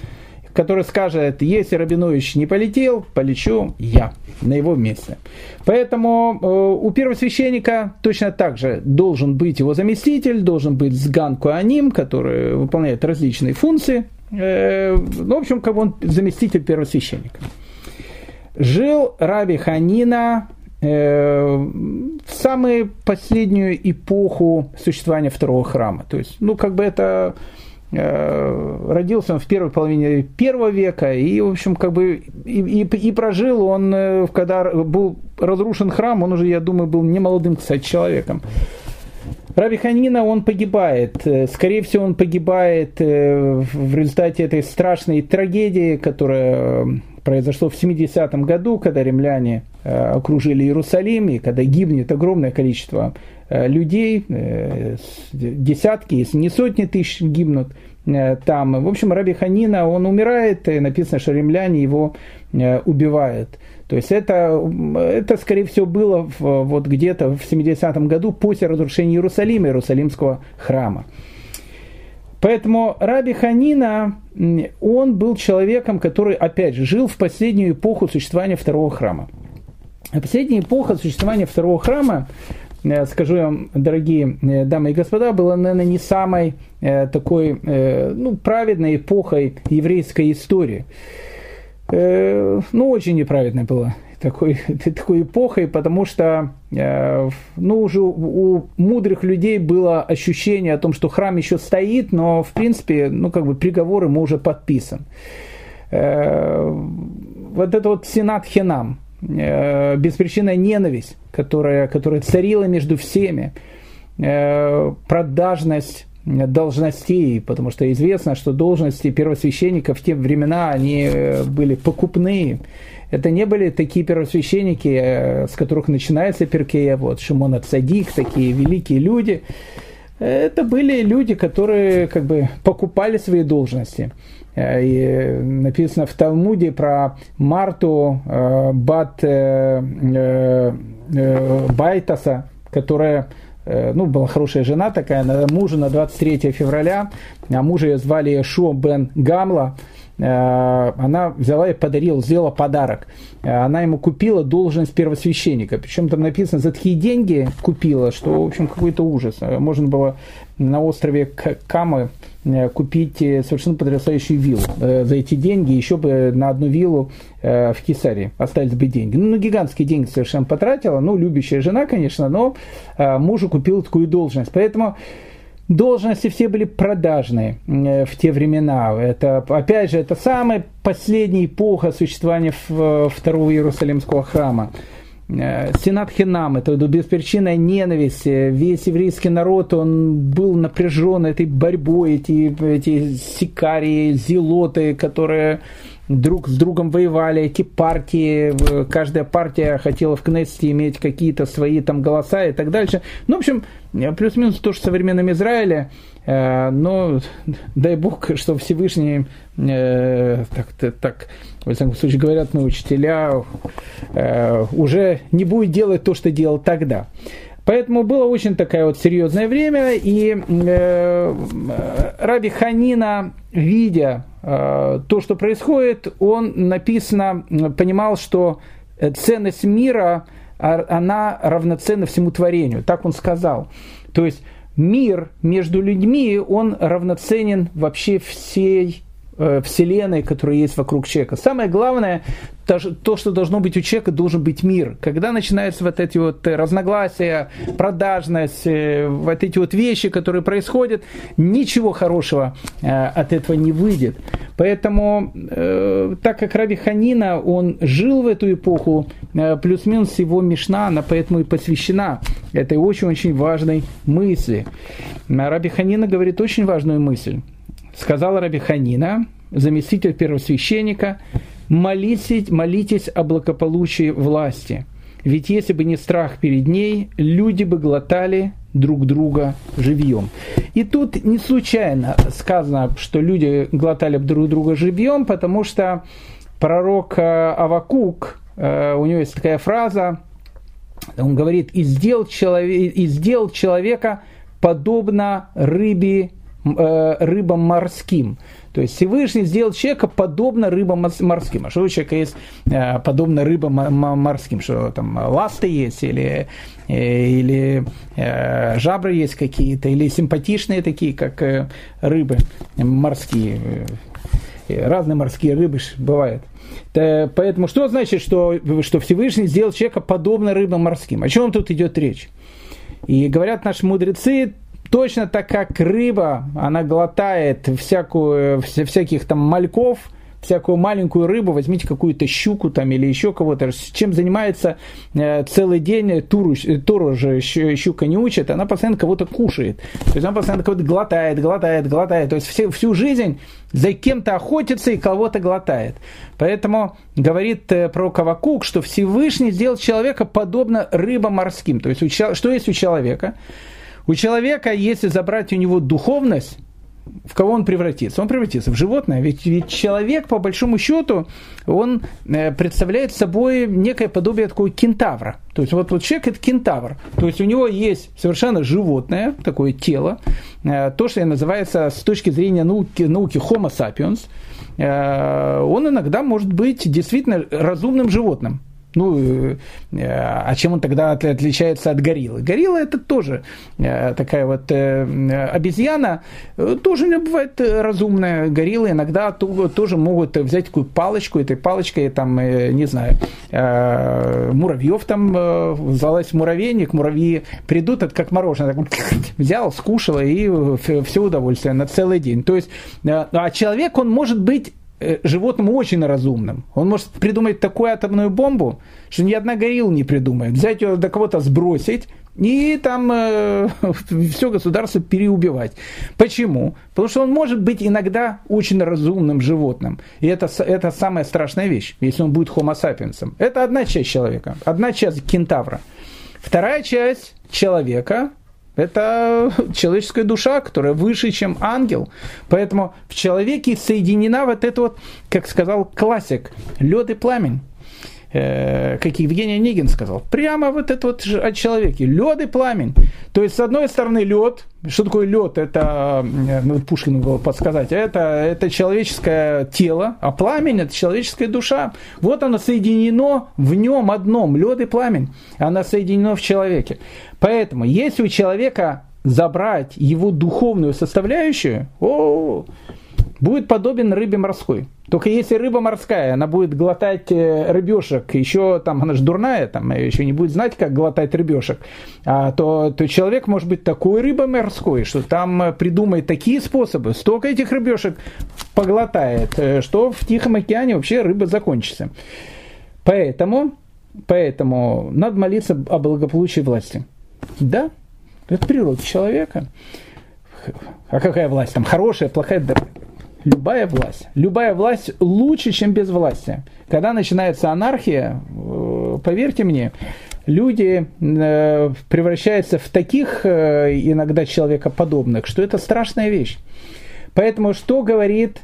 который скажет, если Рабинович не полетел, полечу я на его месте. Поэтому э, у первосвященника точно так же должен быть его заместитель, должен быть сган коаним, который выполняет различные функции. Э, ну, в общем, как бы он заместитель первосвященника. Жил Раби Ханина э, в самую последнюю эпоху существования второго храма. То есть, ну, как бы это... Родился он в первой половине первого века, и, в общем, как бы и, и, и прожил он, когда был разрушен храм, он уже, я думаю, был немолодым, кстати, человеком. Раби Ханина, он погибает. Скорее всего, он погибает в результате этой страшной трагедии, которая произошла в семидесятом году, когда римляне окружили Иерусалим, и когда гибнет огромное количество людей, десятки, если не сотни тысяч гибнут там. В общем, Раби Ханина, он умирает, и написано, что римляне его убивают. То есть это, это скорее всего, было в, вот где-то в семидесятом году после разрушения Иерусалима, Иерусалимского храма. Поэтому Раби Ханина, он был человеком, который, опять же, жил в последнюю эпоху существования второго храма. А последняя эпоха существования второго храма, скажу вам, дорогие дамы и господа, была, наверное, не самой такой, ну, праведной эпохой еврейской истории. Ну, очень неправедной была такой, такой эпохой, потому что, ну, уже у мудрых людей было ощущение о том, что храм еще стоит, но, в принципе, ну, как бы приговор ему уже подписан. Вот это вот сенат хинам, беспричинная ненависть, которая, которая царила между всеми, продажность должностей, потому что известно, что должности первосвященников в те времена, они были покупные. Это не были такие первосвященники, с которых начинается Перкей Авот, Шимон ха-Цадик, такие великие люди. Это были люди, которые как бы покупали свои должности. И написано в Талмуде про Марту э, бат э, э, Байтаса, которая, э, ну, была хорошая жена такая, она мужу на двадцать третьего февраля, а мужа ее звали Иешуа бен Гамла, э, она взяла и подарила, сделала подарок. Она ему купила должность первосвященника, причем там написано, за такие деньги купила, что, в общем, какой-то ужас. Можно было на острове Камы купить совершенно потрясающую виллу. За эти деньги еще бы на одну виллу в Кесарии остались бы деньги. Ну, гигантские деньги совершенно потратила. Ну, любящая жена, конечно, но мужу купила такую должность. Поэтому должности все были продажные в те времена. Это, опять же, это самая последняя эпоха существования второго Иерусалимского храма. Сенат хинам, это беспричинная ненависть, весь еврейский народ, он был напряжен этой борьбой, эти, эти сикарии, зелоты, которые друг с другом воевали, эти партии, каждая партия хотела в Кнессете иметь какие-то свои там голоса и так дальше. Ну, в общем, плюс-минус то же в современном Израиле, но дай Бог, что Всевышний, так, так, в всяком случае, говорят мы, учителя, уже не будет делать то, что делал тогда. Поэтому было очень такое вот серьезное время, и э, Раби Ханина, видя э, то, что происходит, он, написано, понимал, что ценность мира, она равноценна всему творению. Так он сказал. То есть мир между людьми, он равноценен вообще всей э, вселенной, которая есть вокруг человека. Самое главное, то, что должно быть у человека, должен быть мир. Когда начинаются вот эти вот разногласия, продажность, вот эти вот вещи, которые происходят, ничего хорошего от этого не выйдет. Поэтому, так как Раби Ханина, он жил в эту эпоху, плюс-минус его Мишна, она поэтому и посвящена этой очень-очень важной мысли. Раби Ханина говорит очень важную мысль. Сказал Раби Ханина, заместитель первосвященника: Молитесь, молитесь о благополучии власти, ведь если бы не страх перед ней, люди бы глотали друг друга живьем. И тут не случайно сказано, что люди глотали друг друга живьем, потому что пророк Авакук, у него есть такая фраза, он говорит: «И сделал человека, и сделал человека подобно рыбе рыбам морским. То есть Всевышний сделал человека подобно рыбам морским. А что у человека есть подобно рыбам морским? Что там ласты есть, или, или жабры есть какие-то, или симпатичные такие, как рыбы морские. Разные морские рыбы бывают. Поэтому что значит, что, что Всевышний сделал человека подобно рыбам морским? О чем тут идет речь? И говорят наши мудрецы, точно так как рыба, она глотает всякую, вся, всяких там мальков, всякую маленькую рыбу, возьмите какую-то щуку там или еще кого-то, чем занимается э, целый день, туру, туру же щука не учит, она постоянно кого-то кушает. То есть она постоянно кого-то глотает, глотает, глотает. То есть все, всю жизнь за кем-то охотится и кого-то глотает. Поэтому говорит э, пророк Авакук, что Всевышний сделал человека подобно рыбам морским. То есть у, что есть у человека? У человека, если забрать у него духовность, в кого он превратится? Он превратится в животное. Ведь, ведь человек, по большому счету, он представляет собой некое подобие такого кентавра. То есть вот, вот человек – это кентавр. То есть у него есть совершенно животное, такое тело, то, что называется с точки зрения науки, науки Homo sapiens, он иногда может быть действительно разумным животным. Ну, а чем он тогда отличается от гориллы? Горилла – это тоже такая вот обезьяна, тоже не бывает разумная. Гориллы иногда тоже могут взять такую палочку, этой палочкой, там, не знаю, муравьев там, залазить в муравейник, муравьи придут, это как мороженое, так, взял, скушал, и все удовольствие на целый день. То есть, а человек, он может быть животным очень разумным. Он может придумать такую атомную бомбу, что ни одна горилла не придумает. Взять ее до кого-то сбросить и там э, все государство переубивать. Почему? Потому что он может быть иногда очень разумным животным. И это, это самая страшная вещь, если он будет homo sapiens. Это одна часть человека, одна часть кентавра. Вторая часть человека – это человеческая душа, которая выше, чем ангел. Поэтому в человеке соединена вот это вот, как сказал классик, лед и пламень. Э, как Евгений Онегин сказал. Прямо вот это вот о человеке. Лед и пламень. То есть, с одной стороны, лед. Что такое лед? Это, ну, Пушкину было подсказать, это, это человеческое тело, а пламень – это человеческая душа. Вот оно соединено в нем одном, лед и пламень. Оно соединено в человеке. Поэтому, если у человека забрать его духовную составляющую, о, будет подобен рыбе морской. Только если рыба морская, она будет глотать рыбешек, еще там она же дурная, там еще не будет знать, как глотать рыбешек, а, то, то человек может быть такой рыбой морской, что там придумает такие способы, столько этих рыбешек поглотает, что в Тихом океане вообще рыба закончится. Поэтому, поэтому надо молиться о благополучии власти. Да, это природа человека. А какая власть? Там хорошая, плохая? Да. Любая власть. Любая власть лучше, чем без власти. Когда начинается анархия, поверьте мне, люди превращаются в таких иногда человекоподобных, что это страшная вещь. Поэтому что говорит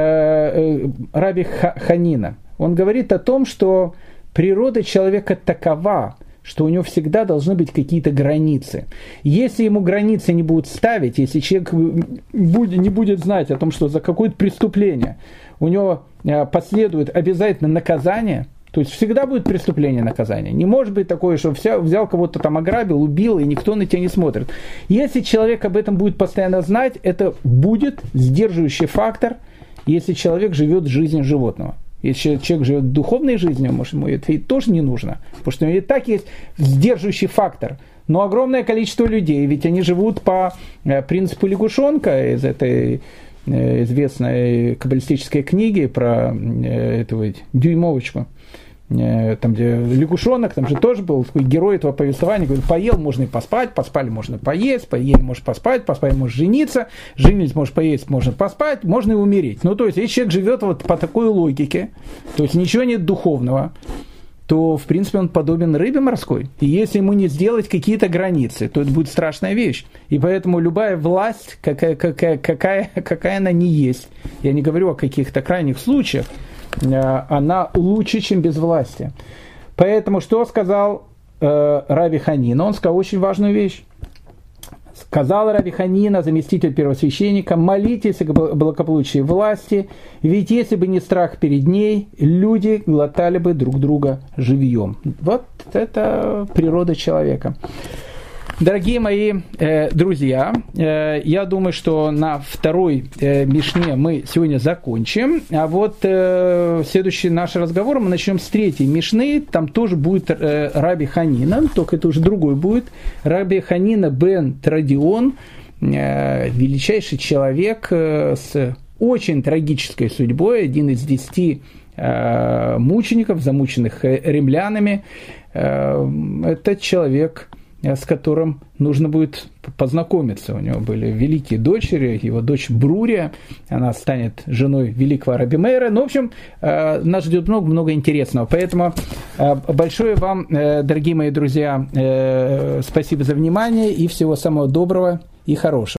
Раби Ханина? Он говорит о том, что природа человека такова, что у него всегда должны быть какие-то границы. Если ему границы не будут ставить, если человек не будет знать о том, что за какое-то преступление у него последует обязательно наказание, то есть всегда будет преступление, наказание. Не может быть такое, что взял кого-то там, ограбил, убил, и никто на тебя не смотрит. Если человек об этом будет постоянно знать, это будет сдерживающий фактор, если человек живет жизнью животного. Если человек живет духовной жизнью, может, ему это и тоже не нужно, потому что у него и так есть сдерживающий фактор. Но огромное количество людей, ведь они живут по принципу лягушонка из этой известной каббалистической книги про этого дюймовочку. Там, где лягушонок, там же тоже был такой герой этого повествования, говорит, поел, можно и поспать, поспали, можно поесть, поели, можно поспать, поспать, можно жениться, женить, можно поесть, можно поспать, можно и умереть. Ну, то есть, если человек живет вот по такой логике, то есть, ничего нет духовного, то, в принципе, он подобен рыбе морской. И если ему не сделать какие-то границы, то это будет страшная вещь. И поэтому любая власть, какая, какая, какая, какая она ни есть, я не говорю о каких-то крайних случаях, она лучше, чем без власти. Поэтому что сказал э, Раби Ханина? Он сказал очень важную вещь. Сказал Раби Ханина, заместитель первосвященника: молитесь о благополучии власти, ведь если бы не страх перед ней, люди глотали бы друг друга живьем. Вот это природа человека. Дорогие мои э, друзья, э, я думаю, что на второй э, мишне мы сегодня закончим, а вот э, следующий наш разговор мы начнем с третьей мишны, там тоже будет э, Раби Ханина, только это уже другой будет, Раби Ханина бен Традион, э, величайший человек э, с очень трагической судьбой, один из десяти э, мучеников, замученных римлянами. Э, это человек, с которым нужно будет познакомиться. У него были великие дочери, его дочь Брурия, она станет женой великого Раби Меира. Ну, в общем, нас ждет много-много интересного. Поэтому большое вам, дорогие мои друзья, спасибо за внимание и всего самого доброго и хорошего.